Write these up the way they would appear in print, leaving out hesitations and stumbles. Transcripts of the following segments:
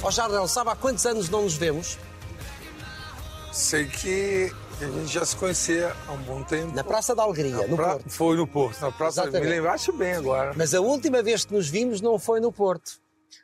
Ó Jardel, sabe há quantos anos não nos vemos? Sei que a gente já se conhecia há um bom tempo. Na Praça da Alegria, no Porto. Foi no Porto, na Praça. Exatamente. Me lembraste bem agora. Mas a última vez que nos vimos não foi no Porto.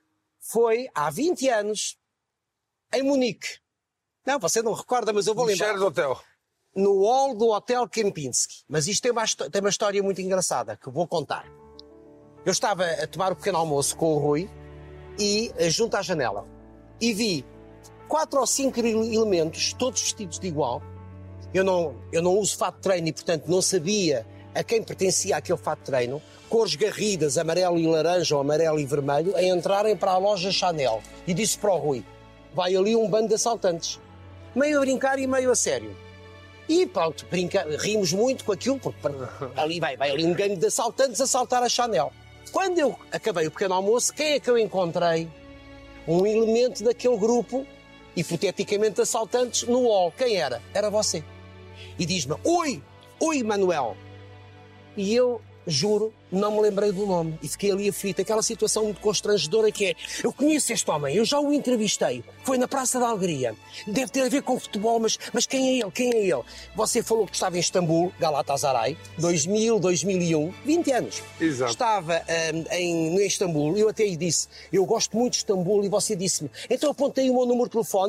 Foi há 20 anos, em Munique. Não, você não recorda, mas eu vou lembrar. Sheraton Hotel. No hall do Hotel Kempinski. Mas isto tem uma história muito engraçada, que eu vou contar. Eu estava a tomar o pequeno almoço com o Rui, e junto à janela. E vi 4 ou 5 elementos, todos vestidos de igual. Eu não uso fato de treino e, portanto, não sabia a quem pertencia aquele fato de treino. Cores garridas, amarelo e laranja ou amarelo e vermelho, a entrarem para a loja Chanel. E disse para o Rui, vai ali um bando de assaltantes. Meio a brincar e meio a sério. E pronto, rimos muito com aquilo, porque ali vai ali um gangue de assaltantes assaltar a Chanel. Quando eu acabei o pequeno almoço, quem é que eu encontrei? Um elemento daquele grupo, hipoteticamente assaltantes, no hall. Quem era? Era você. E diz-me, oi, Manuel. E eu, juro, não me lembrei do nome. E fiquei ali aflito. Aquela situação muito constrangedora que é, eu conheço este homem, eu já o entrevistei. Foi na Praça da Alegria. Deve ter a ver com futebol, mas quem é ele? Quem é ele? Você falou que estava em Istambul, Galatasaray, 2000, 2001, 20 anos. Exato. Estava em Istambul e eu até lhe disse, eu gosto muito de Istambul, e você disse-me, então apontei o meu número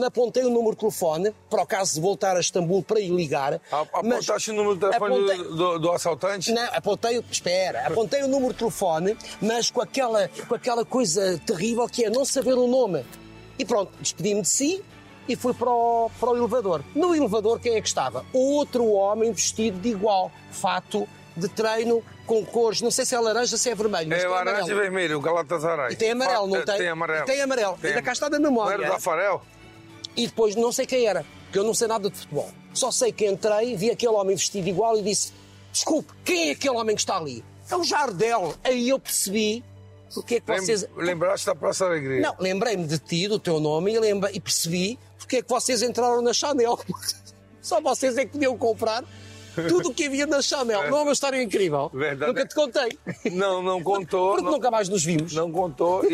de telefone, para o caso de voltar a Istambul para ir ligar. Apontaste o número de telefone do assaltante? Não, apontei o número de telefone, mas com aquela coisa terrível que é não saber o nome. E pronto, despedi-me de si e fui para o elevador. No elevador, quem é que estava? Outro homem vestido de igual, fato de treino, com cores, não sei se é laranja, se é vermelho. Mas é laranja amarelo. E vermelho, o Galatasaray. E tem amarelo, não tem? Tem amarelo. Tem amarelo. Ainda cá está na memória. Não era do Tafarel? E depois não sei quem era, porque eu não sei nada de futebol. Só sei que entrei, vi aquele homem vestido igual e disse, desculpe, quem é aquele homem que está ali? É o Jardel. Aí eu percebi porque é que vocês... Lembraste da Praça da Alegria? Não, lembrei-me de ti, do teu nome, e percebi porque é que vocês entraram na Chanel. Só vocês é que podiam comprar tudo o que havia na Chanel. Não é uma história incrível? Verdade. Nunca te contei. Não contou. Porque nunca mais nos vimos. Não contou.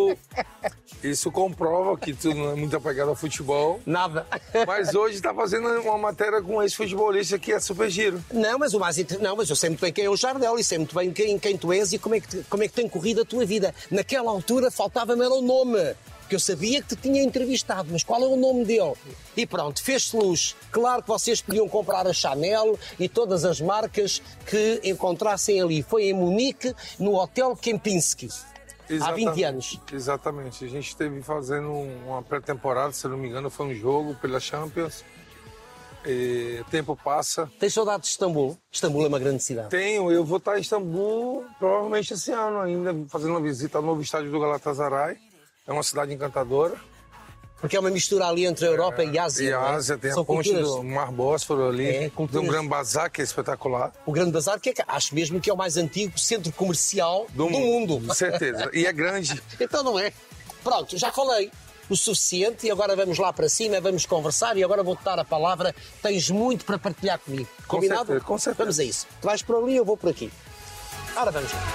Isso comprova que tu não é muito apegado ao futebol. Nada. Mas hoje está fazendo uma matéria com esse futebolista que é super giro. Não, mas eu sei muito bem quem é o Jardel e sei muito bem quem tu és e como é que tem corrido a tua vida. Naquela altura faltava-me o nome. Porque eu sabia que te tinha entrevistado, mas qual é o nome dele? E pronto, fez-se luz. Claro que vocês podiam comprar a Chanel e todas as marcas que encontrassem ali. Foi em Munique, no Hotel Kempinski. Há 20 anos. Exatamente. A gente esteve fazendo uma pré-temporada, se não me engano, foi um jogo pela Champions. O tempo passa. Tens saudade de Istambul? Istambul é uma grande cidade. Tenho. Eu vou estar em Istambul provavelmente esse ano ainda, fazendo uma visita ao novo estádio do Galatasaray. É uma cidade encantadora. Porque é uma mistura ali entre a Europa e a Ásia. E a Ásia, tem São a ponte culturas. do Mar Bósforo ali. Tem um Grande Bazar, que é espetacular. O Grande Bazar, que acho mesmo que é o mais antigo centro comercial do mundo. Com certeza. E é grande. Então não é. Pronto, já falei o suficiente e agora vamos lá para cima, vamos conversar e agora vou-te dar a palavra. Tens muito para partilhar comigo. Combinado? Com certeza. Vamos a isso. Tu vais por ali, eu vou por aqui. Ora, vamos lá.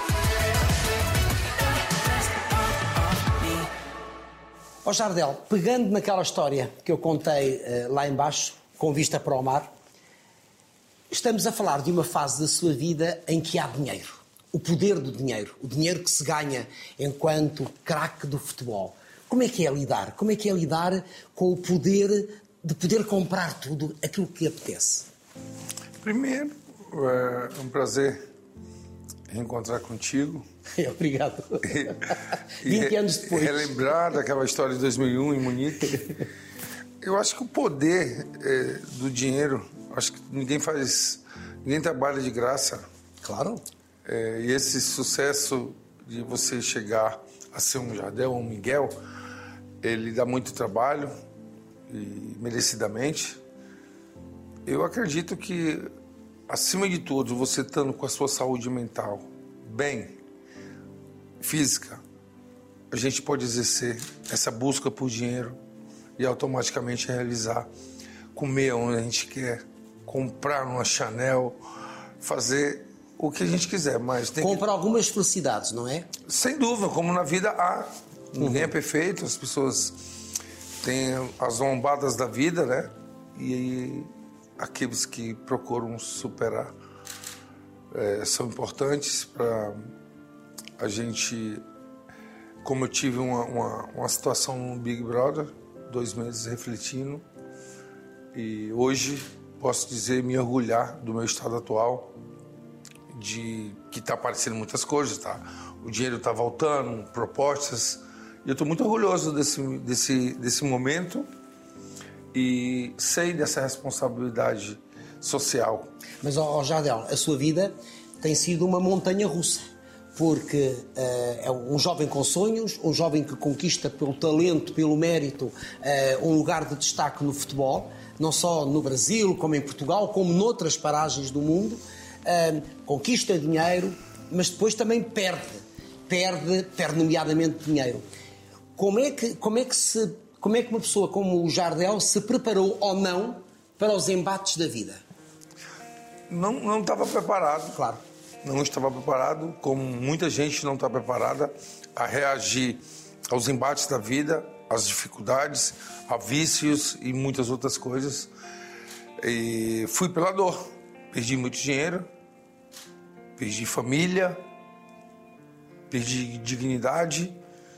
Ó Jardel, pegando naquela história que eu contei lá embaixo, com vista para o mar, estamos a falar de uma fase da sua vida em que há dinheiro. O poder do dinheiro. O dinheiro que se ganha enquanto craque do futebol. Como é que é lidar? Como é que é lidar com o poder de poder comprar tudo aquilo que apetece? Primeiro, é um prazer reencontrar contigo. Obrigado. 20 anos depois. Relembrar daquela história de 2001 em Munique. Eu acho que o poder do dinheiro, acho que ninguém trabalha de graça. Claro. E esse sucesso de você chegar a ser um Jardel ou um Miguel, ele dá muito trabalho e merecidamente. Eu acredito que, acima de tudo, você estando com a sua saúde mental bem, física, a gente pode exercer essa busca por dinheiro e automaticamente realizar, comer onde a gente quer, comprar uma Chanel, fazer o que a gente quiser, mas tem compra algumas felicidades, não é? Sem dúvida, como na vida há. Ninguém é perfeito, as pessoas tem as lombadas da vida, né? E aqueles que procuram superar são importantes para a gente. Como eu tive uma situação no Big Brother, 2 meses refletindo, e hoje posso dizer, me orgulhar do meu estado atual, de que está aparecendo muitas coisas, tá? O dinheiro está voltando, propostas, e eu estou muito orgulhoso desse momento e sei dessa responsabilidade social. Mas, Jardel, a sua vida tem sido uma montanha russa, porque é um jovem com sonhos, um jovem que conquista pelo talento, pelo mérito, um lugar de destaque no futebol, não só no Brasil, como em Portugal, como noutras paragens do mundo, conquista dinheiro, mas depois também perde nomeadamente dinheiro. Como é que uma pessoa como o Jardel se preparou ou não para os embates da vida? Não estava preparado. Claro. Não estava preparado, como muita gente não está preparada a reagir aos embates da vida, às dificuldades, a vícios e muitas outras coisas. E fui pela dor. Perdi muito dinheiro, perdi família, perdi dignidade.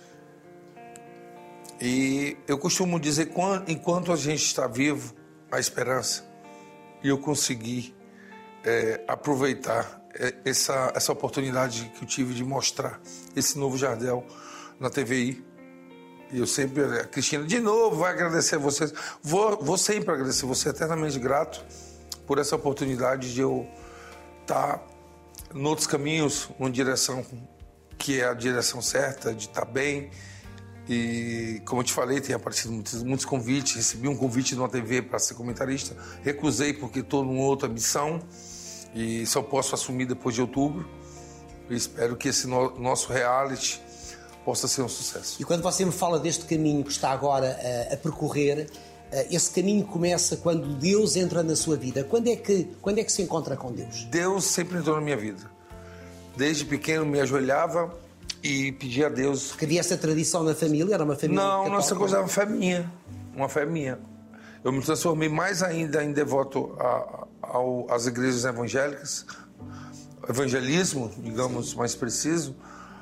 E eu costumo dizer, enquanto a gente está vivo, há esperança. E eu consegui aproveitar essa oportunidade que eu tive de mostrar esse novo Jardel na TVI. E eu sempre, a Cristina, de novo, vai agradecer a vocês. Vou sempre agradecer você, eternamente grato por essa oportunidade de eu estar em outros caminhos, uma direção que é a direção certa, de estar bem. E, como eu te falei, tem aparecido muitos convites. Recebi um convite numa TV para ser comentarista. Recusei porque estou numa outra missão e só posso assumir depois de outubro. Eu espero que esse nosso reality possa ser um sucesso. E quando você me fala deste caminho que está agora a percorrer, esse caminho começa quando Deus entra na sua vida. Quando é que se encontra com Deus? Deus sempre entrou na minha vida. Desde pequeno me ajoelhava e pedia a Deus. Porque havia essa tradição na família? Era uma família Não, católica? nossa coisa era uma fé minha. Eu me transformei mais ainda em devoto às igrejas evangélicas, evangelismo, digamos, mais preciso,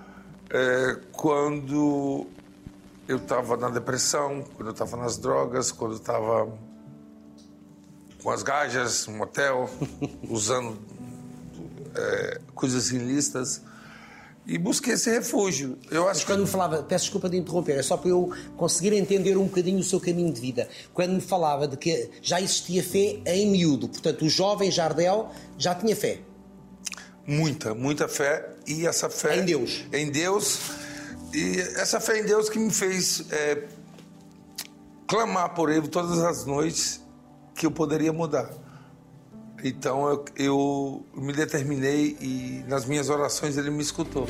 quando eu estava na depressão, quando eu estava nas drogas, quando eu estava com as gajas no motel, usando coisas ilícitas. E busquei esse refúgio. Mas quando me falava, peço desculpa de interromper, é só para eu conseguir entender um bocadinho o seu caminho de vida. Quando me falava de que já existia fé em miúdo, portanto, o jovem Jardel já tinha fé. Muita fé. E essa fé... Em Deus. Em Deus. E essa fé em Deus que me fez clamar por Ele todas as noites que eu poderia mudar. Então eu me determinei e nas minhas orações Ele me escutou.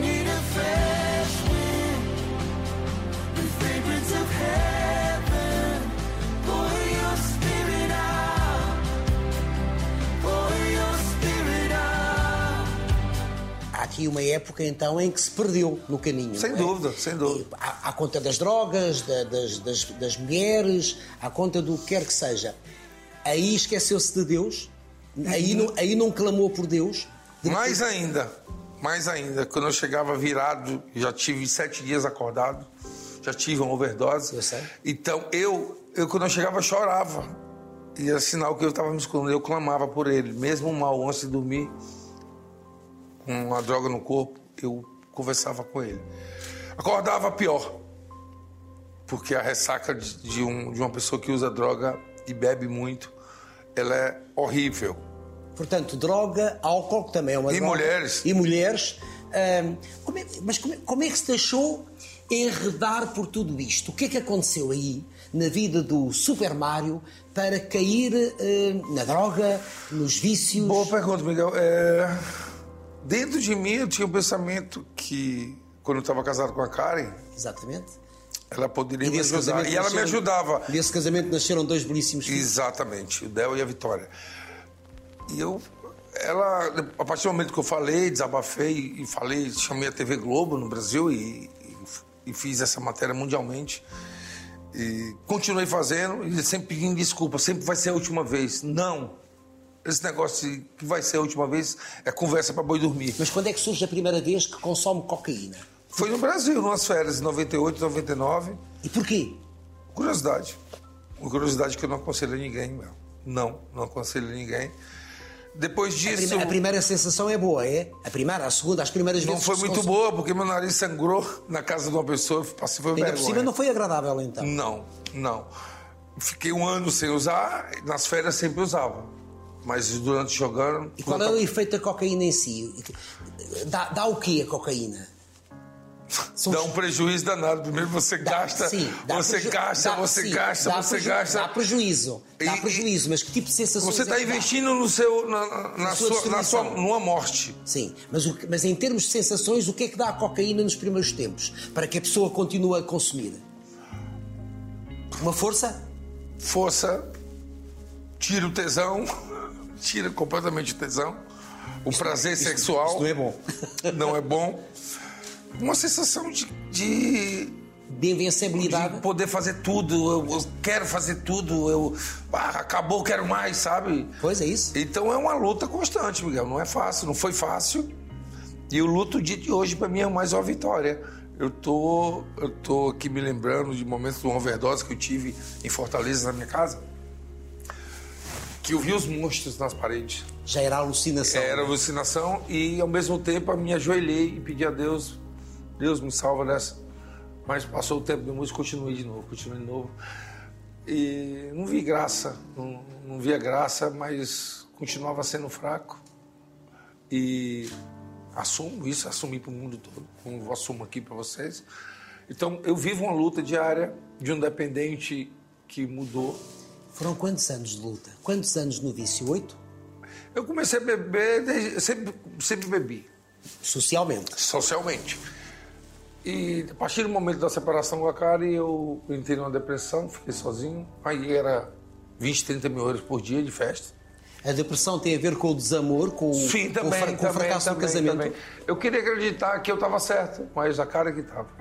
Há aqui uma época então em que se perdeu no caminho. Sem dúvida. À conta das drogas, das mulheres, à conta do que quer que seja. Aí esqueceu-se de Deus? Aí não clamou por Deus? Mais ainda. Quando eu chegava virado, já tive 7 dias acordado, já tive uma overdose. Eu sei. Então, eu quando eu chegava, chorava. E era sinal que eu estava me escondendo. Eu clamava por Ele. Mesmo mal, antes de dormir, com uma droga no corpo, eu conversava com Ele. Acordava pior. Porque a ressaca de uma pessoa que usa droga e bebe muito, ela é horrível. Portanto, droga, álcool, que também é uma droga. Mulheres. E mulheres. Como é que se deixou enredar por tudo isto? O que é que aconteceu aí na vida do Super Mário para cair na droga, nos vícios? Boa pergunta, Miguel. Dentro de mim eu tinha um pensamento que, quando eu estava casado com a Karen... Exatamente. Ela poderia me ajudar. E ela me ajudava. Desse casamento nasceram 2 belíssimos filhos. Exatamente, o Del e a Vitória. E a partir do momento que eu falei, desabafei e falei, chamei a TV Globo no Brasil e fiz essa matéria mundialmente. E continuei fazendo e sempre pedindo desculpa, sempre vai ser a última vez. Não. Esse negócio de que vai ser a última vez é conversa para boi dormir. Mas quando é que surge a primeira vez que consome cocaína? Foi no Brasil, nas férias, em 98, 99. E porquê? Curiosidade. Uma curiosidade que eu não aconselho a ninguém, não. Não aconselho a ninguém. Depois disso... A primeira sensação é boa, é? A primeira, a segunda, as primeiras vezes... Não foi muito boa, porque meu nariz sangrou na casa de uma pessoa, passei foi vergonha. Ainda por cima não foi agradável, então? Não. Fiquei um ano sem usar, nas férias sempre usava. Mas durante jogando... E qual é o efeito da cocaína em si? Dá o quê a cocaína? Dá um prejuízo danado. Primeiro você gasta, você gasta. Dá prejuízo, mas que tipo de sensações você está investindo no seu, numa morte. Sim, mas em termos de sensações, o que é que dá a cocaína nos primeiros tempos? Para que a pessoa continue a consumir? Uma força? Força, tira o tesão, tira completamente o tesão. O prazer sexual. Isso não é bom. Não é bom. Uma sensação de invencibilidade. De poder fazer tudo. Eu quero fazer tudo. Acabou, quero mais, sabe? Pois é isso. Então é uma luta constante, Miguel. Não é fácil, não foi fácil. E o luto o dia de hoje, para mim, é mais uma vitória. Eu tô aqui me lembrando de momentos de uma overdose que eu tive em Fortaleza, na minha casa, que eu vi os monstros nas paredes. Já era alucinação. Era alucinação e, ao mesmo tempo, eu me ajoelhei e pedi a Deus, Deus me salva dessa. Mas passou o tempo de música, continuei de novo. E não vi graça, não via graça, mas continuava sendo fraco. E assumo isso, assumi para o mundo todo, como eu assumo aqui para vocês. Então, eu vivo uma luta diária de um dependente que mudou. Foram quantos anos de luta? Quantos anos no vício? 8? Eu comecei a beber, sempre bebi. Socialmente? E a partir do momento da separação com a Karen, eu entrei numa depressão, fiquei sozinho. Aí era 20, 30 mil euros por dia de festa. A depressão tem a ver com o desamor, com o fracasso do casamento? Também. Eu queria acreditar que eu estava certo, mas a Karen que estava.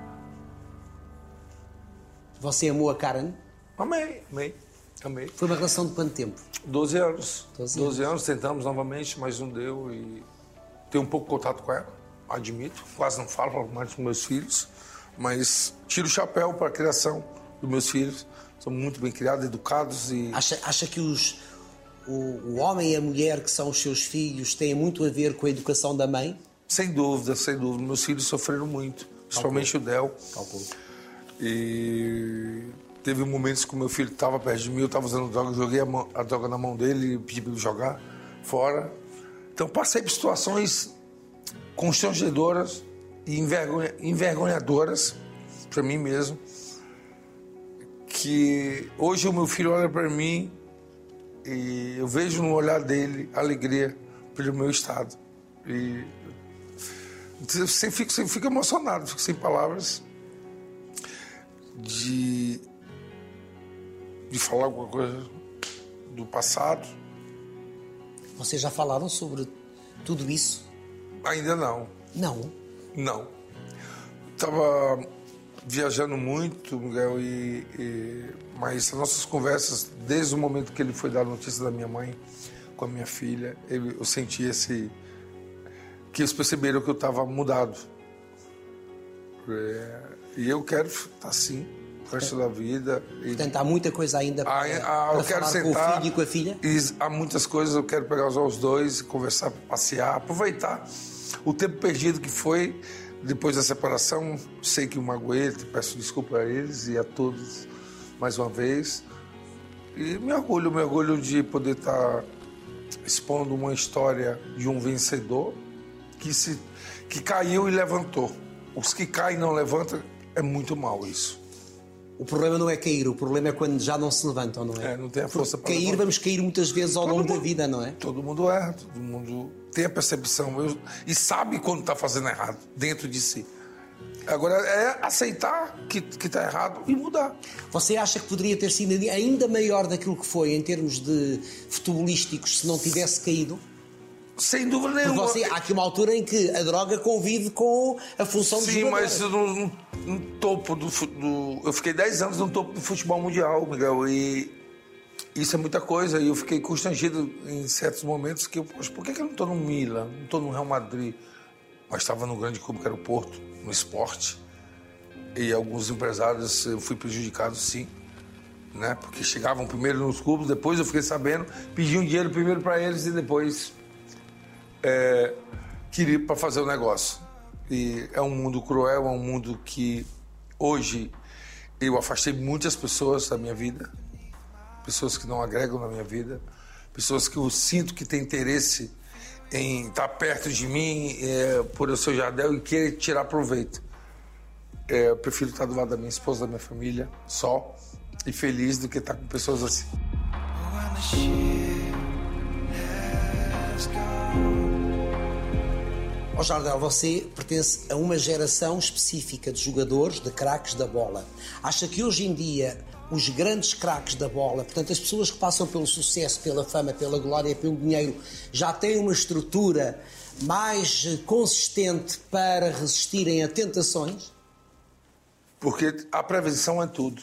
Você amou a Karen? Amei. Foi uma relação de quanto tempo? 12 anos. 12 anos, tentamos novamente, mas não deu. E tenho um pouco de contato com ela, admito. Quase não falo mais com meus filhos, mas tiro o chapéu para a criação dos meus filhos. São muito bem criados, educados e... Acha que o homem e a mulher que são os seus filhos têm muito a ver com a educação da mãe? Sem dúvida. Meus filhos sofreram muito, principalmente o Del. E teve momentos que o meu filho estava perto de mim, eu estava usando droga, joguei a droga na mão dele e pedi para ele jogar fora. Então passei por situações constrangedoras e envergonhadoras para mim mesmo, que hoje o meu filho olha para mim e eu vejo no olhar dele alegria pelo meu estado. E eu fico emocionado, fico sem palavras de falar alguma coisa do passado. Vocês já falaram sobre tudo isso? Ainda não. Não? Estava viajando muito, Miguel, mas as nossas conversas, desde o momento que ele foi dar a notícia da minha mãe com a minha filha, eu senti que eles perceberam que eu estava mudado. E eu quero estar assim o resto da vida. Portanto, há muita coisa ainda para eu quero falar sentar, com o filho e com a filha? Há muitas coisas, eu quero pegar os dois, conversar, passear, aproveitar o tempo perdido que foi depois da separação. Sei que o magoei, peço desculpa a eles e a todos mais uma vez. E me orgulho de poder estar expondo uma história de um vencedor que caiu e levantou. Os que caem e não levantam, é muito mal isso. O problema não é cair, o problema é quando já não se levantam, não é? Não tem a força para cair, vamos cair muitas vezes ao longo da vida, não é? Todo mundo erra, todo mundo tem a percepção e sabe quando está fazendo errado, dentro de si. Agora é aceitar que está errado e mudar. Você acha que poderia ter sido ainda maior daquilo que foi em termos de futebolísticos se não tivesse caído? Sem dúvida nenhuma. Há aqui uma altura em que a droga convive com a função de jogador. Sim, mas no topo eu fiquei 10 anos no topo do futebol mundial, Miguel, e isso é muita coisa. E eu fiquei constrangido em certos momentos que poxa, por que eu não estou no Milan, não estou no Real Madrid? Mas estava no grande clube que era o Porto, no esporte. E alguns empresários eu fui prejudicado, sim, né? Porque chegavam primeiro nos clubes, depois eu fiquei sabendo, pediam dinheiro primeiro para eles e depois queria para fazer o negócio. E é um mundo cruel, é um mundo que hoje eu afastei muitas pessoas da minha vida, pessoas que não agregam na minha vida, pessoas que eu sinto que têm interesse em estar perto de mim por eu ser Jardel e querer tirar proveito. Eu prefiro estar do lado da minha esposa, da minha família, só e feliz do que estar com pessoas assim. Ó Jardel, você pertence a uma geração específica de jogadores, de craques da bola. Acha que hoje em dia os grandes craques da bola, portanto as pessoas que passam pelo sucesso, pela fama, pela glória, pelo dinheiro, já têm uma estrutura mais consistente para resistirem a tentações? Porque a prevenção é tudo.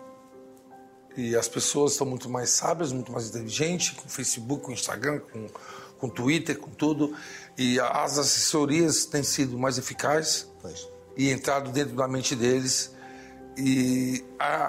E as pessoas estão muito mais sábias, muito mais inteligentes, com o Facebook, com o Instagram, com o Twitter, com tudo. E as assessorias têm sido mais eficazes e entrado dentro da mente deles. E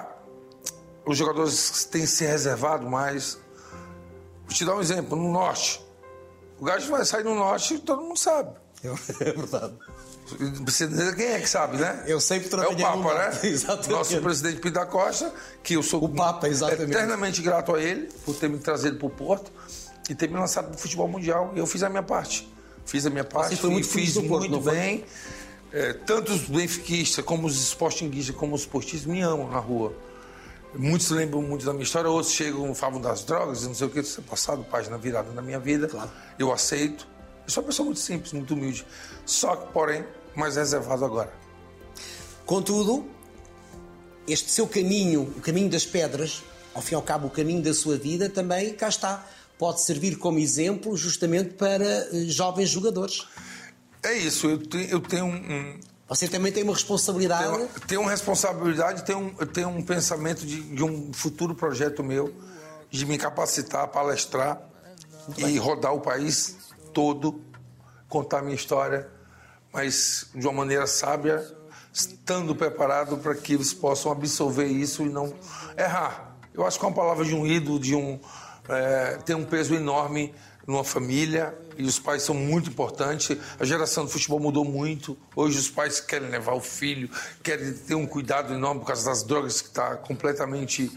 os jogadores têm se reservado mais. Vou te dar um exemplo, no Norte. O gajo vai sair no Norte e todo mundo sabe. É verdade. Quem é que sabe, né? Eu sempre trabalhei no Papa, né? Exatamente. Nosso presidente Pinto da Costa, que eu sou o Papa, exatamente. Eternamente grato a ele por ter me trazido para o Porto e ter me lançado para o futebol mundial. E eu fiz a minha parte. Fiz muito bem. Tanto os benfiquistas, como os sportinguistas, como os esportistas me amam na rua. Muitos lembram muito da minha história, outros chegam, falam das drogas, não sei o que, isso é passado, página virada na minha vida. Claro. Eu aceito. Eu sou uma pessoa muito simples, muito humilde. Só que, porém, mais reservado agora. Contudo, este seu caminho, o caminho das pedras, ao fim e ao cabo o caminho da sua vida, também, cá está, pode servir como exemplo justamente para jovens jogadores. É isso, eu tenho Você também tem uma responsabilidade? Tenho uma responsabilidade, tenho um pensamento de um futuro projeto meu, de me capacitar, palestrar e rodar o país todo, contar minha história, mas de uma maneira sábia, estando preparado para que eles possam absorver isso e não errar. Eu acho que é uma palavra de um ídolo, tem um peso enorme numa família e os pais são muito importantes. A geração do futebol mudou muito. Hoje os pais querem levar o filho, querem ter um cuidado enorme por causa das drogas que está completamente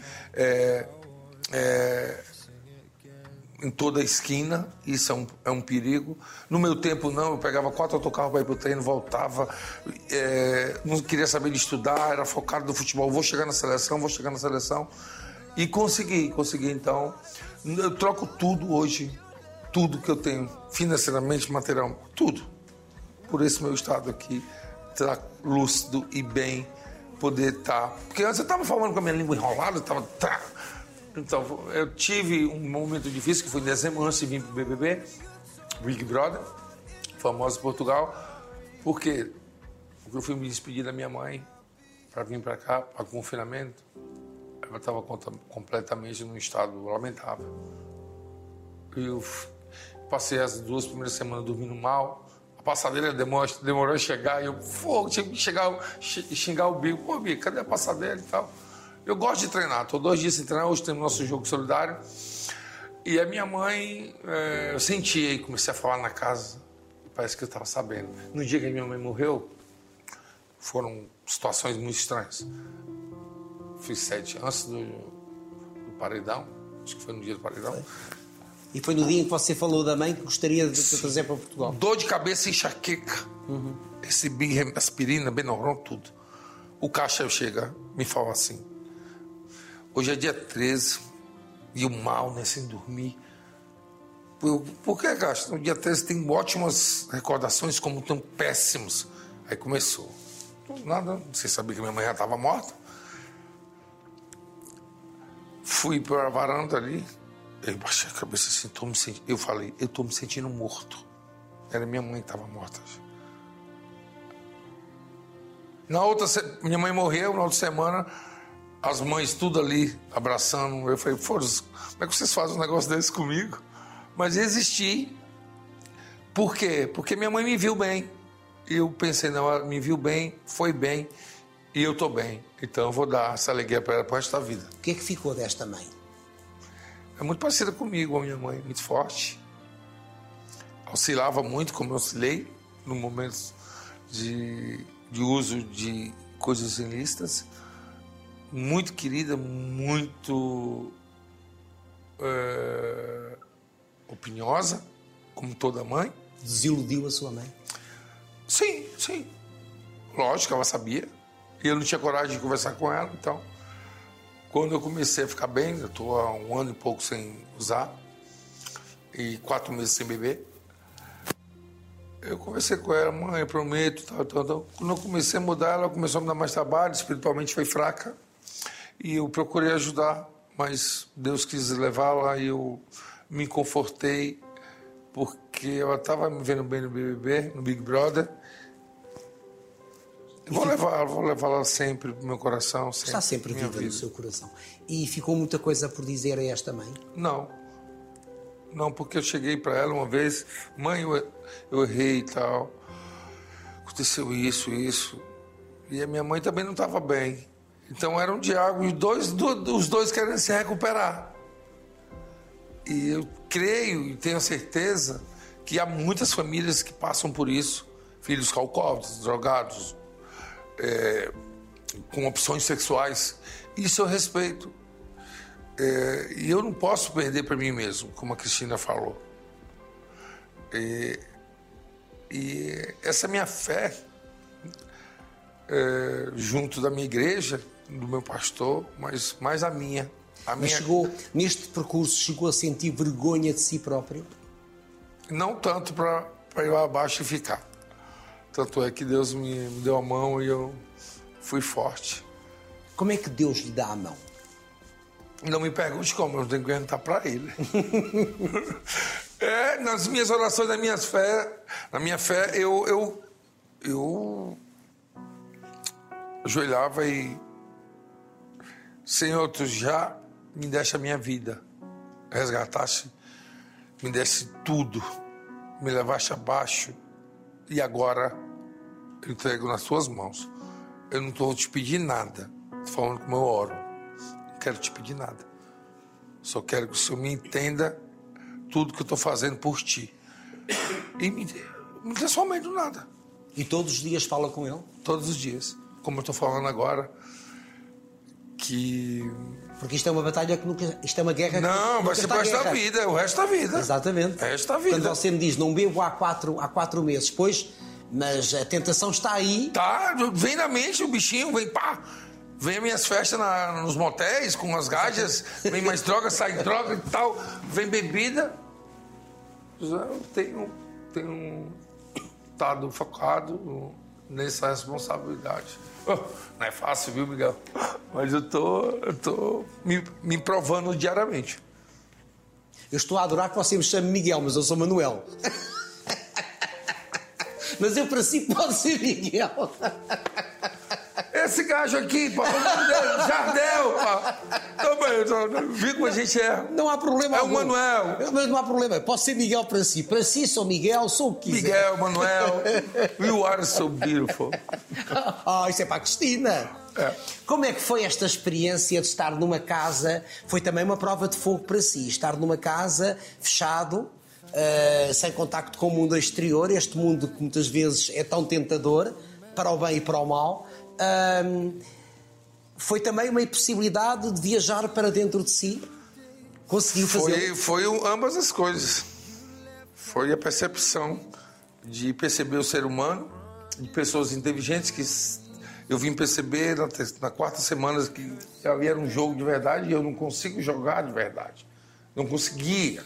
em toda a esquina. Isso é um perigo. No meu tempo não, eu pegava 4 autocarros para ir para o treino, voltava, não queria saber de estudar, era focado no futebol, vou chegar na seleção. E consegui então. Eu troco tudo hoje, tudo que eu tenho, financeiramente, material, tudo, por esse meu estado aqui, estar lúcido e bem, poder estar... Porque antes eu estava falando com a minha língua enrolada, Então, eu tive um momento difícil, que foi em dezembro, antes de vir para o BBB, Big Brother, famoso em Portugal. Por quê? Porque eu fui me despedir da minha mãe para vir para cá, para confinamento. Ela estava completamente num estado lamentável. Eu passei as 2 primeiras semanas dormindo mal. A passadeira demorou a chegar e eu tinha que xingar o Bico. Pô, Bico, cadê a passadeira e tal? Eu gosto de treinar, estou 2 dias sem treinar, hoje temos nosso jogo solidário. E a minha mãe, eu senti e comecei a falar na casa, parece que eu estava sabendo. No dia que a minha mãe morreu, foram situações muito estranhas. Fiz 7 antes do paredão, acho que foi no dia do paredão. E foi no dia em que você falou da mãe que gostaria de trazer para Portugal? Dor de cabeça e enxaqueca. Esse aspirina, Benuron, tudo. O caixa chega, me fala assim, hoje é dia 13 e o mal, né, sem dormir. Por que, Caixa? No dia 13 tem ótimas recordações, como tão péssimos. Aí começou. Nada, você sabia que minha mãe já estava morta. Fui para a varanda ali, eu baixei a cabeça assim, eu falei, eu estou me sentindo morto. Era minha mãe que estava morta. Minha mãe morreu, na outra semana, as mães tudo ali abraçando. Eu falei, foda-se, como é que vocês fazem um negócio desse comigo? Mas resisti. Por quê? Porque minha mãe me viu bem. Eu pensei, não, ela me viu bem, foi bem, e eu tô bem. Então eu vou dar essa alegria para ela pro resto da vida. O que é que ficou desta mãe? É muito parecida comigo, a minha mãe, muito forte. Oscilava muito, como eu oscilei, no momento de uso de coisas ilícitas. Muito querida, muito opiniosa, como toda mãe. Desiludiu a sua mãe? Sim, sim. Lógico, ela sabia. E eu não tinha coragem de conversar com ela, então... Quando eu comecei a ficar bem, eu estou há 1 ano e pouco sem usar, e 4 meses sem beber, eu conversei com ela, mãe, eu prometo, tal. Quando eu comecei a mudar, ela começou a me dar mais trabalho, espiritualmente foi fraca, e eu procurei ajudar, mas Deus quis levá-la e eu me confortei, porque ela estava me vendo bem no BBB, no Big Brother. Vou levá-la sempre pro meu coração. Sempre, está sempre viva no seu coração. E ficou muita coisa por dizer a esta mãe? Não, porque eu cheguei para ela uma vez, mãe, eu errei e tal, aconteceu isso. E a minha mãe também não estava bem. Então era um diálogo, os dois querendo se recuperar. E eu creio e tenho certeza que há muitas famílias que passam por isso, filhos alcoólatras, drogados, com opções sexuais. Isso eu respeito. E eu não posso perder para mim mesmo, como a Cristina falou. E essa minha fé, junto da minha igreja, do meu pastor, mas mais a minha. Mas neste percurso, chegou a sentir vergonha de si próprio? Não tanto para ir lá abaixo e ficar. Tanto é que Deus me deu a mão e eu fui forte. Como é que Deus lhe dá a mão? Não me pergunte como, eu tenho que perguntar para Ele. Nas minhas orações, na minha fé, eu ajoelhava e... Senhor, Tu já me deste a minha vida, resgataste, me deste tudo, me levaste abaixo. E agora eu entrego nas Tuas mãos. Eu não estou te pedindo nada. Estou falando como eu oro. Não quero te pedir nada. Só quero que o Senhor me entenda tudo que eu estou fazendo por Ti. E me transformei do nada. E todos os dias fala com Ele? Todos os dias. Como eu estou falando agora, que... Porque isto é uma batalha que nunca... Isto é uma guerra que não, vai ser o resto da vida. O resto da vida. Exatamente. O resto da vida. Quando você me diz, não bebo há 4 meses, pois, mas a tentação está aí. Tá, vem na mente o bichinho, vem pá. Vem as minhas festas nos motéis, com as gajas, vem mais droga, sai droga e tal. Vem bebida. Eu tenho estado focado nessa responsabilidade. Não é fácil, viu, Miguel? Mas eu tô me provando diariamente. Eu estou a adorar que você me chame Miguel, mas eu sou Manuel. Mas eu, para si, pode ser Miguel. Esse gajo aqui, pá, Jardel, pá. Também, viu como a gente é. Não há problema. É o Manuel. Mas não há problema. Posso ser Miguel para si. Para si sou Miguel, sou o que quiser. Miguel, Manuel. You are so beautiful. Isso é para a Cristina. Como é que foi esta experiência de estar numa casa? Foi também uma prova de fogo para si. Estar numa casa, fechado, sem contacto com o mundo exterior. Este mundo que muitas vezes é tão tentador, para o bem e para o mal. Foi também uma impossibilidade de viajar para dentro de si? Conseguiu fazer? Foi ambas as coisas. Foi a percepção de perceber o ser humano, de pessoas inteligentes que eu vim perceber na 4ª semana que ali era um jogo de verdade e eu não consigo jogar de verdade. Não conseguia.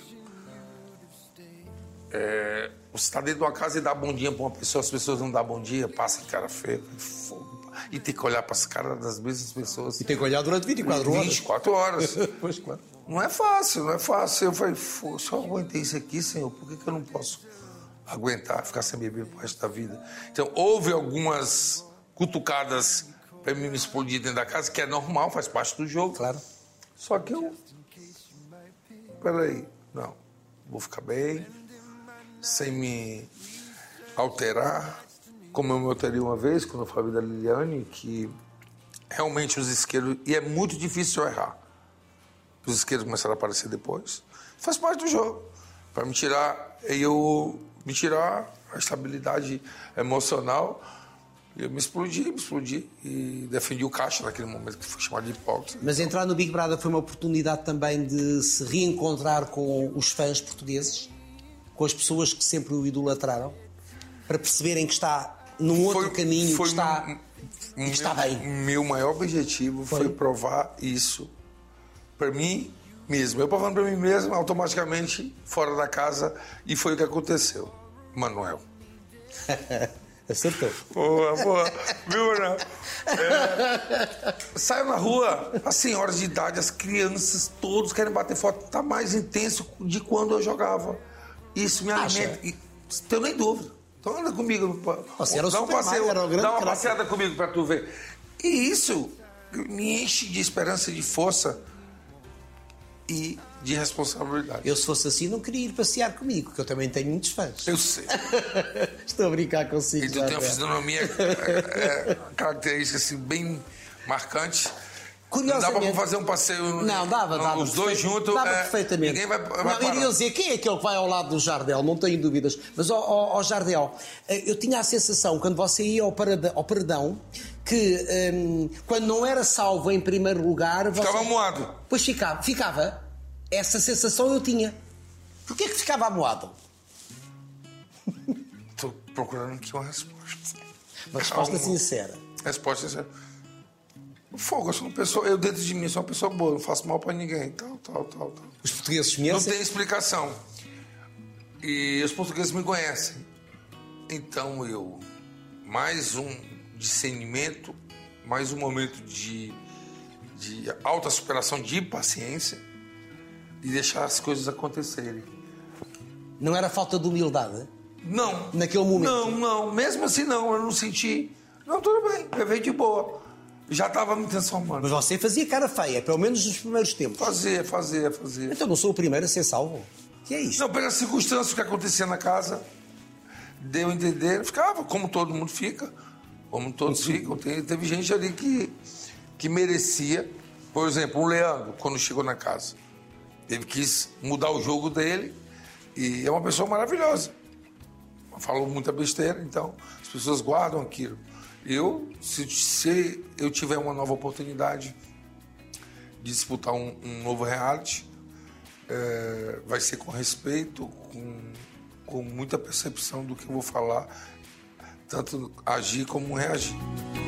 Você está dentro de uma casa e dá bom dia para uma pessoa, as pessoas não dão bom dia, passa de cara feia, fogo. E tem que olhar para as caras das mesmas pessoas. E tem que olhar durante 24 horas. 24 horas. Pois, claro. Não é fácil. Eu falei, se eu aguentei isso aqui, Senhor, por que eu não posso aguentar, ficar sem beber pro resto da vida? Então, houve algumas cutucadas para mim me explodir dentro da casa, que é normal, faz parte do jogo. Claro. Só que eu... Peraí, não. Vou ficar bem, sem me alterar, como eu me alterei uma vez, quando eu falei da Liliane, que realmente os isqueiros... E é muito difícil eu errar. Os isqueiros começaram a aparecer depois. Faz parte do jogo. Para me tirar a estabilidade emocional, eu me explodi e defendi o Caixa naquele momento, que foi chamado de hipócrita. Mas entrar no Big Brother foi uma oportunidade também de se reencontrar com os fãs portugueses, com as pessoas que sempre o idolatraram, para perceberem que está num outro caminho, que está bem. Meu maior objetivo foi provar isso para mim mesmo. Eu provando para mim mesmo, automaticamente, fora da casa, e foi o que aconteceu. Manuel. Acertou. Boa. Viu, Manuel? Saio na rua, as senhoras de idade, as crianças, todos querem bater foto. Tá mais intenso de quando eu jogava. Isso me alimenta. Não tenho nem dúvida. Então anda comigo. Você era o Superman, era o grande dá uma craque. passeada comigo para tu ver. E isso me enche de esperança, de força e de responsabilidade. Eu, se fosse assim, não queria ir passear comigo, porque eu também tenho muitos fãs. Eu sei. Estou a brincar consigo. E tu tem uma fisionomia característica assim, bem marcante. Curiosamente, dá para fazer um passeio. Não, dava. Os dois juntos. Dava perfeitamente. Ninguém vai não, iria dizer, quem é aquele que vai ao lado do Jardel? Não tenho dúvidas. Mas, ó Jardel, eu tinha a sensação, quando você ia ao Paredão, que quando não era salvo em primeiro lugar... Ficava amuado. Pois ficava. Essa sensação eu tinha. Porquê que ficava amuado? Estou procurando aqui uma resposta. Uma resposta sincera. Resposta sincera. Fogo, eu sou uma pessoa... Eu, dentro de mim, sou uma pessoa boa. Não faço mal para ninguém. Tal. Os portugueses conhecem? Não tem explicação. E os portugueses me conhecem. Então eu... Mais um discernimento, mais um momento de alta superação, de paciência e deixar as coisas acontecerem. Não era falta de humildade? Não. Naquele momento? Não. Mesmo assim, não. Eu não senti... Não, tudo bem. Eu veio de boa. Já estava me transformando. Mas você fazia cara feia, pelo menos nos primeiros tempos. Fazia. Então não sou o primeiro a ser salvo? Que é isso? Não, pelas circunstâncias que acontecia na casa, deu a entender, ficava como todo mundo fica, como todos ficam. Teve gente ali que merecia. Por exemplo, o Leandro, quando chegou na casa, ele quis mudar o jogo dele e é uma pessoa maravilhosa. Falou muita besteira, então as pessoas guardam aquilo. Se eu tiver uma nova oportunidade de disputar um novo reality, vai ser com respeito, com muita percepção do que eu vou falar, tanto agir como reagir.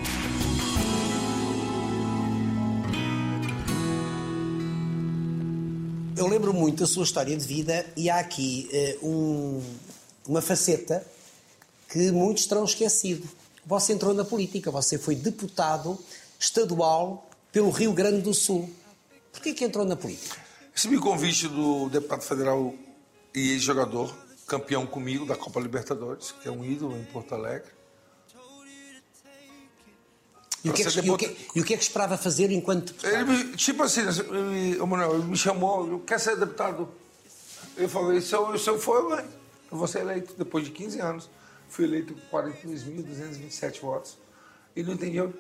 Eu lembro muito da sua história de vida e há aqui uma faceta que muitos terão esquecido. Você entrou na política, você foi deputado estadual pelo Rio Grande do Sul. Porquê que entrou na política? Recebi o convite do deputado federal e ex-jogador, campeão comigo da Copa Libertadores, que é um ídolo em Porto Alegre. E o que é que esperava fazer enquanto deputado? Ele me chamou, quer ser deputado? Eu falei, se eu for, eu vou ser eleito. Depois de 15 anos, fui eleito com 42.227 votos. E não entendi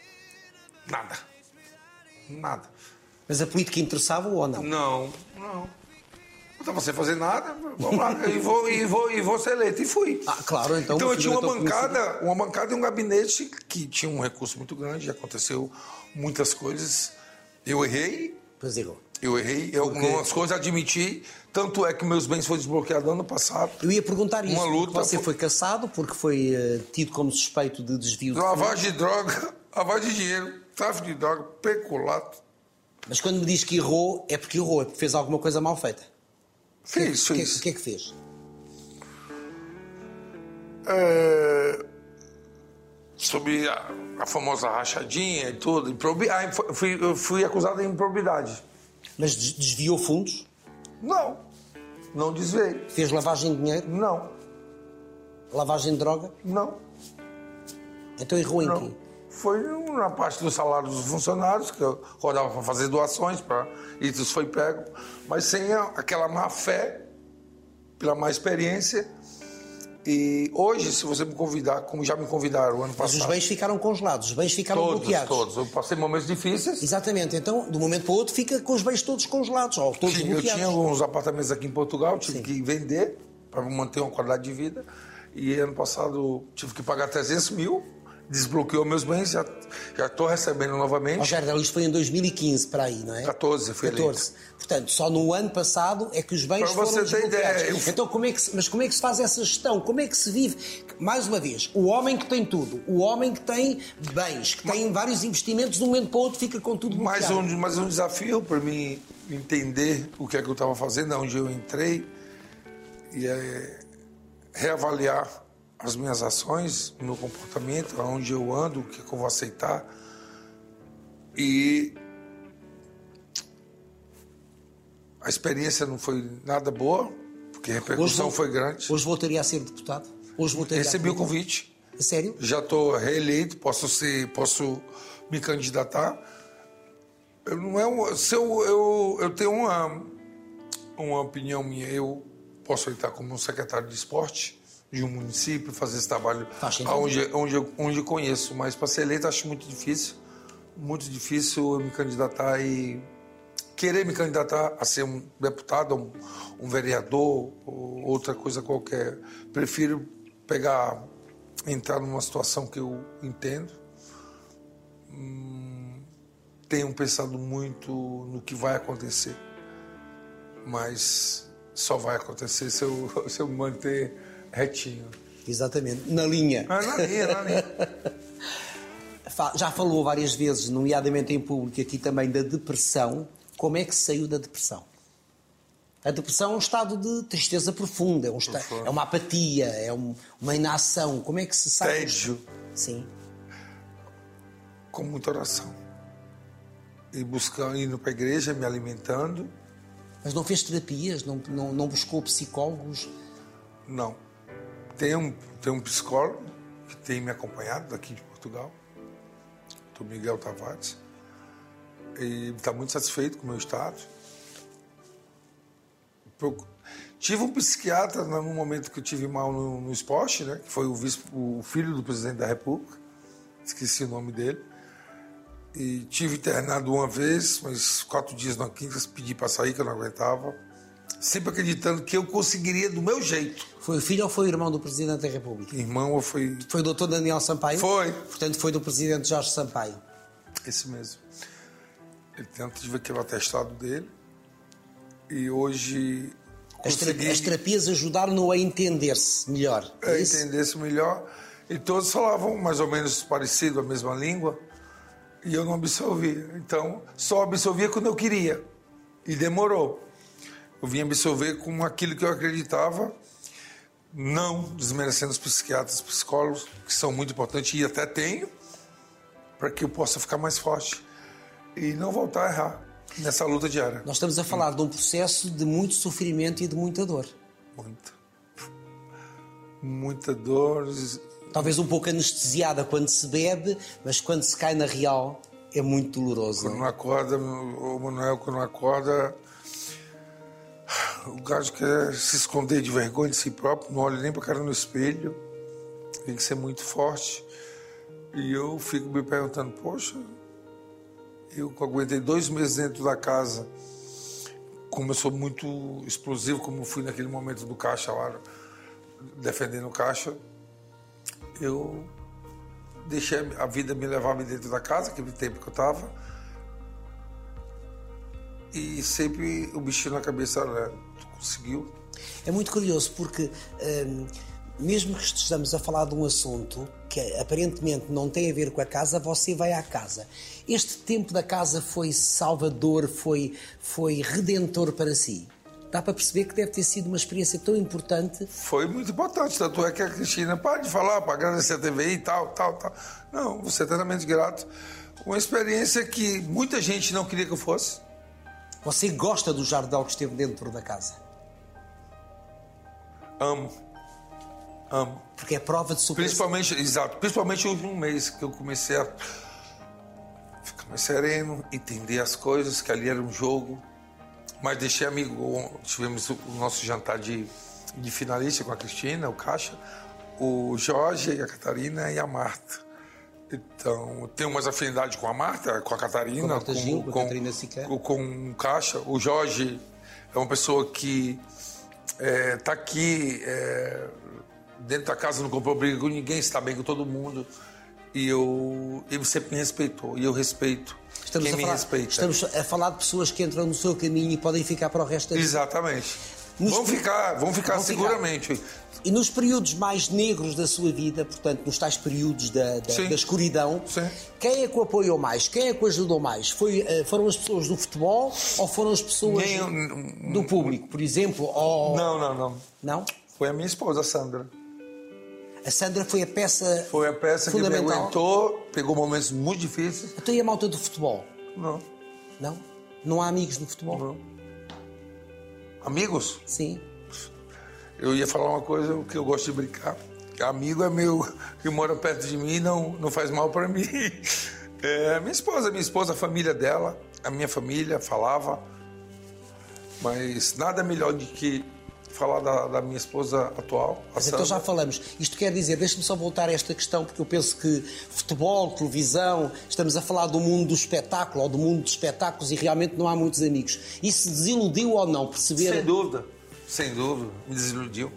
nada. Mas a política interessava ou não? Não. Não estava sem fazer nada, vamos lá, e vou ser eleito. E fui. Claro, então eu tinha uma bancada e um gabinete que tinha um recurso muito grande, aconteceu muitas coisas. Eu errei. Pois errou. Eu errei, algumas coisas admiti, tanto é que meus bens foram desbloqueados ano passado. Eu ia perguntar isso, uma luta, você foi cassado porque foi tido como suspeito de desvio de lavagem de droga, lavagem de dinheiro, tráfico de droga, peculato. Mas quando me diz que errou, é porque fez alguma coisa mal feita. Fiz. O que é que fez? Sobre a famosa rachadinha e tudo, eu fui acusado de improbidade. Mas desviou fundos? Não desviei. Fez lavagem de dinheiro? Não. Lavagem de droga? Não. Então errou em quê? Foi na parte do salário dos funcionários, que eu rodava para fazer doações, e isso foi pego, mas sem aquela má fé, pela má experiência. E hoje, se você me convidar, como já me convidaram o ano passado... Mas os bens ficaram congelados, os bens ficaram bloqueados. Todos. Eu passei momentos difíceis. Exatamente. Então, de um momento para o outro, fica com os bens todos congelados, ou todos bloqueados. Eu tinha alguns apartamentos aqui em Portugal, tive que vender para manter uma qualidade de vida. E ano passado tive que pagar 300 mil, desbloqueou meus bens, já estou recebendo novamente. Rogério, isto foi em 2015 para aí, não é? 14, foi 14. Portanto, só no ano passado é que os bens foram desbloqueados. Para você ter ideia. Então, como é que se faz essa gestão? Como é que se vive? Mais uma vez, o homem que tem tudo, o homem que tem bens, que tem vários investimentos, de um momento para o outro fica com tudo bloqueado. Mais um desafio para mim entender o que é que eu estava fazendo, onde eu entrei, e reavaliar as minhas ações, o meu comportamento, aonde eu ando, o que eu vou aceitar. E a experiência não foi nada boa, porque a repercussão foi grande. Hoje voltaria a ser deputado? Recebi o convite. Sério? Já estou reeleito, posso me candidatar. Eu tenho uma opinião minha. Eu posso entrar como um secretário de esporte de um município, fazer esse trabalho onde eu conheço, mas para ser eleito acho muito difícil eu me candidatar e querer me candidatar a ser um deputado, um vereador ou outra coisa qualquer. Prefiro entrar numa situação que eu entendo. Tenho pensado muito no que vai acontecer, mas só vai acontecer se eu me manter retinho. Exatamente, na linha. Na linha. Já falou várias vezes, nomeadamente em público, aqui também da depressão. Como é que saiu da depressão? A depressão é um estado de tristeza profunda, é uma apatia, é uma inação. Como é que se sai? Tédio. Sim. Com muita oração. E indo para a igreja, me alimentando. Mas não fez terapias? Não buscou psicólogos? Não. Tem um psicólogo que tem me acompanhado daqui de Portugal, o Miguel Tavares. E está muito satisfeito com o meu estado. Tive um psiquiatra no momento que eu tive mal no esporte, né? Que foi o filho do presidente da República, esqueci o nome dele. E tive internado uma vez, mas 4 dias na quinta, pedi para sair, que eu não aguentava. Sempre acreditando que eu conseguiria do meu jeito. Foi o filho ou foi o irmão do presidente da República? Irmão ou foi... Foi o doutor Daniel Sampaio? Foi. Portanto, foi do presidente Jorge Sampaio. Esse mesmo. Ele tive aquele atestado dele e hoje consegui... As terapias ajudaram-no a entender-se melhor. A entender-se melhor. E todos falavam mais ou menos parecido, a mesma língua. E eu não absorvia. Então, só absorvia quando eu queria. E demorou. Eu vim absorver com aquilo que eu acreditava, não desmerecendo os psiquiatras, psicólogos, que são muito importantes, e até tenho, para que eu possa ficar mais forte e não voltar a errar nessa luta diária. Nós estamos a falar de um processo de muito sofrimento e de muita dor. Muita dor. Talvez um pouco anestesiada quando se bebe, mas quando se cai na real é muito doloroso. Quando não acorda, o Manuel, quando não acorda, o gajo quer se esconder de vergonha de si próprio, não olha nem para a cara no espelho, tem que ser muito forte. E eu fico me perguntando, poxa, eu aguentei 2 meses dentro da casa, como eu sou muito explosivo, como fui naquele momento do caixa lá, defendendo o caixa, eu deixei a vida me levar dentro da casa, aquele tempo que eu estava, e sempre o bichinho na cabeça, olha, tu conseguiu. É muito curioso porque, mesmo que estejamos a falar de um assunto que aparentemente não tem a ver com a casa, você vai à casa. Este tempo da casa foi salvador, foi redentor para si? Dá para perceber que deve ter sido uma experiência tão importante. Foi muito importante, tanto é que a Cristina, para de falar, para agradecer a TVI e tal. Não, vou ser eternamente grato. Uma experiência que muita gente não queria que eu fosse. Você gosta do jardel que esteve dentro da casa? Amo. Amo. Porque é prova de superação. Principalmente o último mês que eu comecei a ficar mais sereno, entender as coisas, que ali era um jogo. Mas deixei amigo, tivemos o nosso jantar de finalista com a Cristina, o Caixa, o Jorge, a Catarina e a Marta. Então, eu tenho mais afinidade com a Marta, com a Catarina, com o Caixa. O Jorge é uma pessoa que está aqui dentro da casa, não comprou briga com ninguém, está bem com todo mundo. E ele sempre me respeitou, e eu respeito quem me respeita. Estamos a falar de pessoas que entram no seu caminho e podem ficar para o resto da vida. Exatamente. Vão ficar seguramente. E nos períodos mais negros da sua vida, portanto, nos tais períodos da escuridão, sim, quem é que o apoiou mais? Quem é que o ajudou mais? Foram as pessoas do futebol ou foram as pessoas do público, por exemplo? Ou... Não. Não? Foi a minha esposa, a Sandra. A Sandra foi a peça Foi a peça que me aguentou, pegou momentos muito difíceis. Então e a malta do futebol? Não. Não? Não há amigos no futebol? Não. Amigos? Sim. Eu ia falar uma coisa que eu gosto de brincar. Amigo é meu, que mora perto de mim, não faz mal para mim. Minha esposa, a família dela, a minha família falava. Mas nada melhor do que falar da minha esposa atual. Mas então já falamos. Isto quer dizer, deixe-me só voltar a esta questão, porque eu penso que futebol, televisão, estamos a falar do mundo do espetáculo ou do mundo dos espetáculos e realmente não há muitos amigos. Isso desiludiu ou não? Perceber? Sem dúvida, me desiludiu.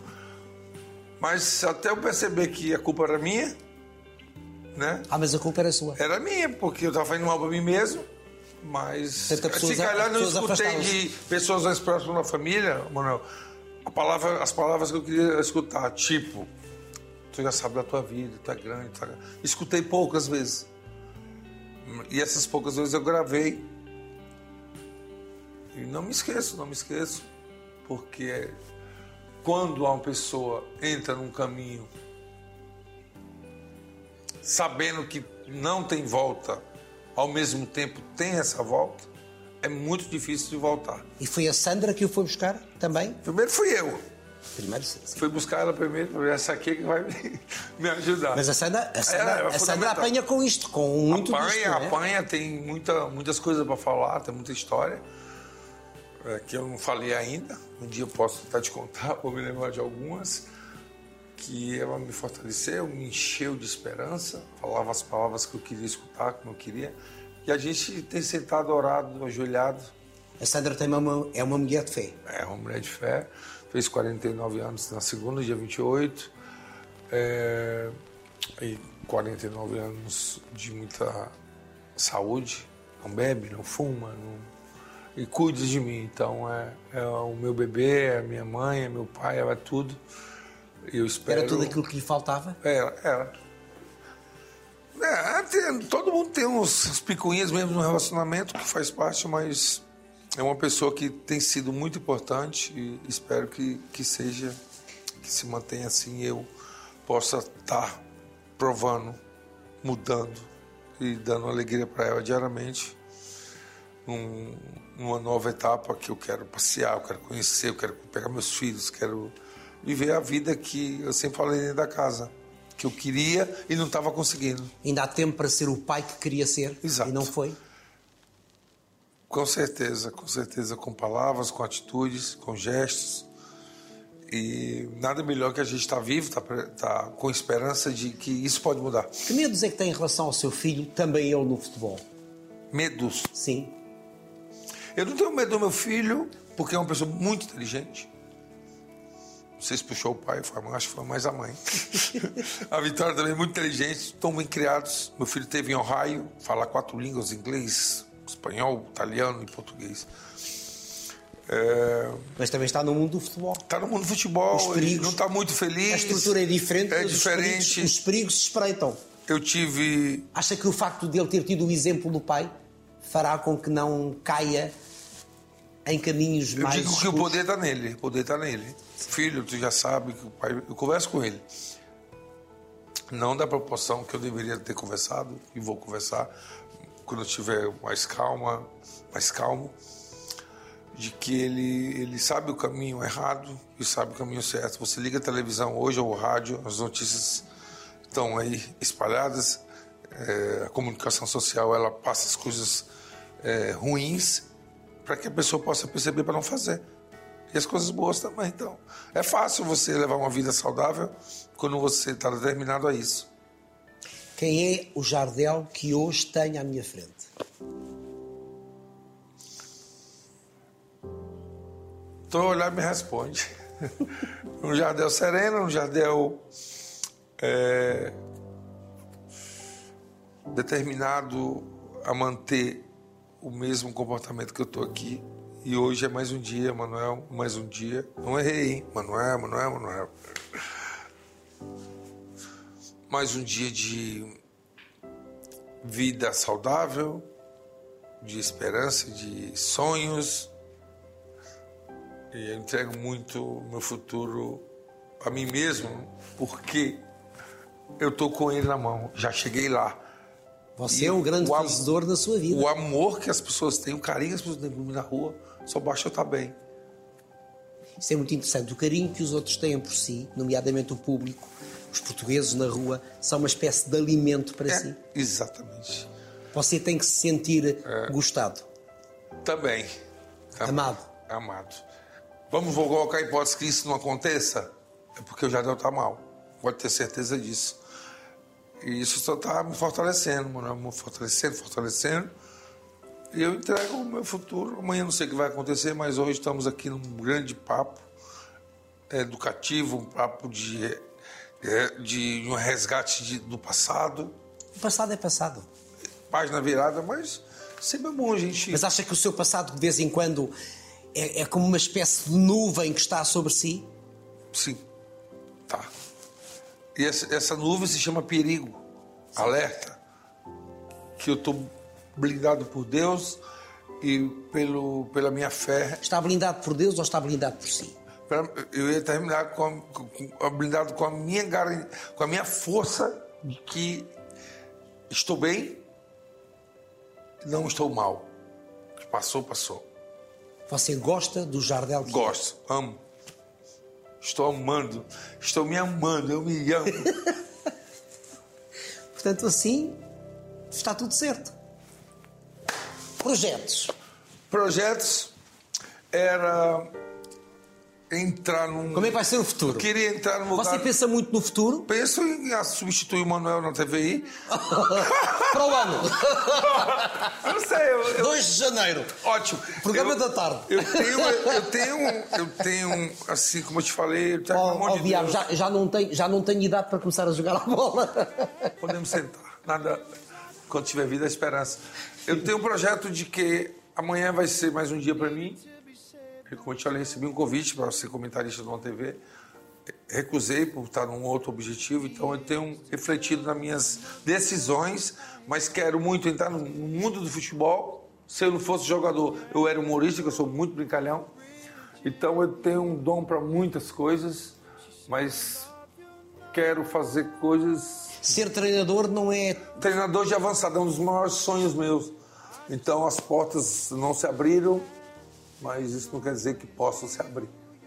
Mas até eu perceber que a culpa era minha, né? Ah, mas a culpa era sua. Era minha, porque eu estava fazendo mal para mim mesmo. Mas se calhar não escutei de pessoas mais próximas da família, Manuel, as palavras que eu queria escutar, tipo, tu já sabe da tua vida, tu é grande, escutei poucas vezes. E essas poucas vezes eu gravei. E não me esqueço, porque quando uma pessoa entra num caminho sabendo que não tem volta, ao mesmo tempo tem essa volta, é muito difícil de voltar. E foi a Sandra que o foi buscar também? Primeiro fui eu. Primeiro sim. Fui buscar ela primeiro, essa aqui que vai me ajudar. Mas a Sandra apanha com isto, com muito disto, Apanha, tem muitas coisas para falar, tem muita história que eu não falei ainda. Um dia eu posso tentar te contar, vou me lembrar de algumas, que ela me fortaleceu, me encheu de esperança, falava as palavras que eu queria escutar, como eu queria. E a gente tem sentado, orado, ajoelhado. A Sandra é uma mulher de fé. É uma mulher de fé. Fez 49 anos na segunda, dia 28. E 49 anos de muita saúde. Não bebe, não fuma, e cuida de mim. Então é o meu bebê, é a minha mãe, é meu pai, é tudo. Eu espero... Era tudo aquilo que lhe faltava? Era. Todo mundo tem uns picuinhas mesmo no relacionamento, que faz parte, mas é uma pessoa que tem sido muito importante e espero que se mantenha assim e eu possa estar provando, mudando e dando alegria para ela diariamente numa nova etapa que eu quero passear, eu quero conhecer, eu quero pegar meus filhos, quero viver a vida que eu sempre falei dentro da casa, que eu queria e não estava conseguindo. Ainda há tempo para ser o pai que queria ser. Exato. E não foi? Com certeza, com palavras, com atitudes, com gestos. E nada melhor que a gente estar vivo, tá com esperança de que isso pode mudar. Que medos é que tem em relação ao seu filho, também ele no futebol? Medos? Sim. Eu não tenho medo do meu filho, porque é uma pessoa muito inteligente. Não sei se puxou o pai, acho que foi mais a mãe. A Vitória também é muito inteligente, estão bem criados. Meu filho esteve em Ohio, fala 4 línguas, inglês, espanhol, italiano e português. Mas também está no mundo do futebol. Está no mundo do futebol, ele não está muito feliz. A estrutura é diferente, é diferente. Os perigos se espreitam. Acha que o facto de ele ter tido o exemplo do pai fará com que não caia em caminhos mais... Eu digo que o poder está nele, Filho, tu já sabe que o pai... Eu converso com ele. Não da proporção que eu deveria ter conversado, e vou conversar quando eu estiver mais calmo. de que ele sabe o caminho errado e sabe o caminho certo. Você liga a televisão hoje ou o rádio, as notícias estão aí espalhadas, a comunicação social ela passa as coisas ruins para que a pessoa possa perceber para não fazer. E as coisas boas também. Então, é fácil você levar uma vida saudável quando você está determinado a isso. Quem é o Jardel que hoje tenho à minha frente? Então, olhar me responde. Um Jardel sereno, um Jardel determinado a manter o mesmo comportamento que eu estou aqui. E hoje é mais um dia, Manuel, mais um dia. Não errei, hein? Manuel. Mais um dia de vida saudável, de esperança, de sonhos. E eu entrego muito o meu futuro a mim mesmo, porque eu estou com ele na mão. Já cheguei lá. Você é um grande vencedor da sua vida. O amor que as pessoas têm, o carinho que as pessoas têm por mim na rua, só basta eu estar bem. Isso é muito interessante. O carinho que os outros têm por si, nomeadamente o público, os portugueses na rua, são uma espécie de alimento para si. Exatamente. Você tem que se sentir gostado. Também. Amado. Vou colocar a hipótese que isso não aconteça, é porque o Jardel está mal. Pode ter certeza disso. E isso só está me fortalecendo, mano. Me fortalecendo. E eu entrego o meu futuro. Amanhã não sei o que vai acontecer, mas hoje estamos aqui num grande papo educativo, um papo de um resgate do passado. O passado é passado. Página virada, mas sempre é bom a gente... Mas acha que o seu passado, de vez em quando, é como uma espécie de nuvem que está sobre si? Sim, tá. E essa nuvem se chama perigo, alerta, que eu estou blindado por Deus e pela minha fé. Está blindado por Deus ou está blindado por si? Eu ia terminar blindado com a minha força de que estou bem, não estou mal. O que passou, passou. Você gosta do Jardel? Gosto, amo. Estou amando, estou me amando, eu me amo. Portanto, assim, está tudo certo. Projetos era entrar num... Como é que vai ser o futuro? Eu queria entrar num lugar... Você pensa muito no futuro? Penso em substituir o Manuel na TVI. Para o ano. Eu não sei. 2 de janeiro. Ótimo. Programa da tarde. Eu tenho, assim como eu te falei... Diabo, já não tenho idade para começar a jogar a bola. Podemos sentar. Nada, quando tiver vida, a esperança. Eu tenho um projeto de que amanhã vai ser mais um dia para mim. Como eu te falei, recebi um convite para ser comentarista de uma TV. Recusei por estar num outro objetivo, então eu tenho refletido nas minhas decisões, mas quero muito entrar no mundo do futebol. Se eu não fosse jogador, eu era humorista, que eu sou muito brincalhão. Então eu tenho um dom para muitas coisas, mas quero fazer coisas... Ser treinador não é... Treinador de avançado é um dos maiores sonhos meus. Então as portas não se abriram, mas isso não quer dizer que possam se abrir.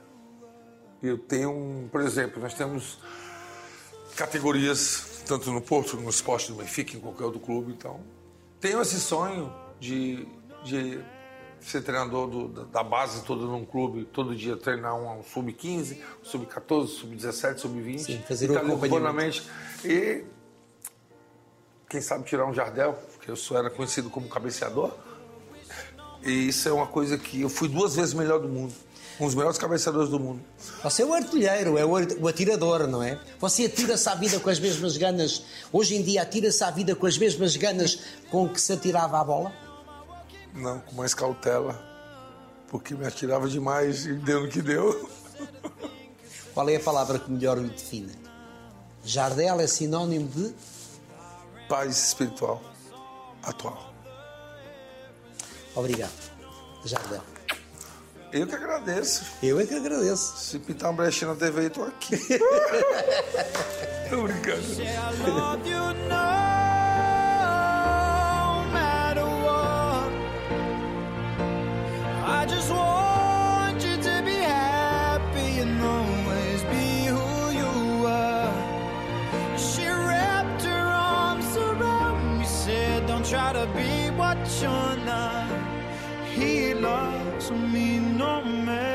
Eu tenho, por exemplo, nós temos categorias, tanto no Porto, no Esporte do Benfica, em qualquer outro clube. Então, tenho esse sonho de ser treinador da base toda num clube, todo dia treinar um sub-15, sub-14, sub-17, sub-20. Sim, fazer o acompanhamento. E, quem sabe, tirar um Jardel, porque eu era conhecido como cabeceador. E isso é uma coisa que eu fui 2 vezes melhor do mundo. Um dos melhores cabeceadores do mundo. Você é o artilheiro, é o atirador, não é? Você atira-se à vida com as mesmas ganas. Hoje em dia atira-se à vida com as mesmas ganas com que se atirava à bola? Não, com mais cautela. Porque me atirava demais e deu no que deu. Qual é a palavra que melhor o define? Jardel é sinónimo de... Paz espiritual atual. Obrigado, Jardel. Eu que agradeço. Eu é que agradeço. Se pintar uma brechinha na TV, eu tô aqui. Tô brincando. I just want Don't try to be what you're not. He loves me no matter.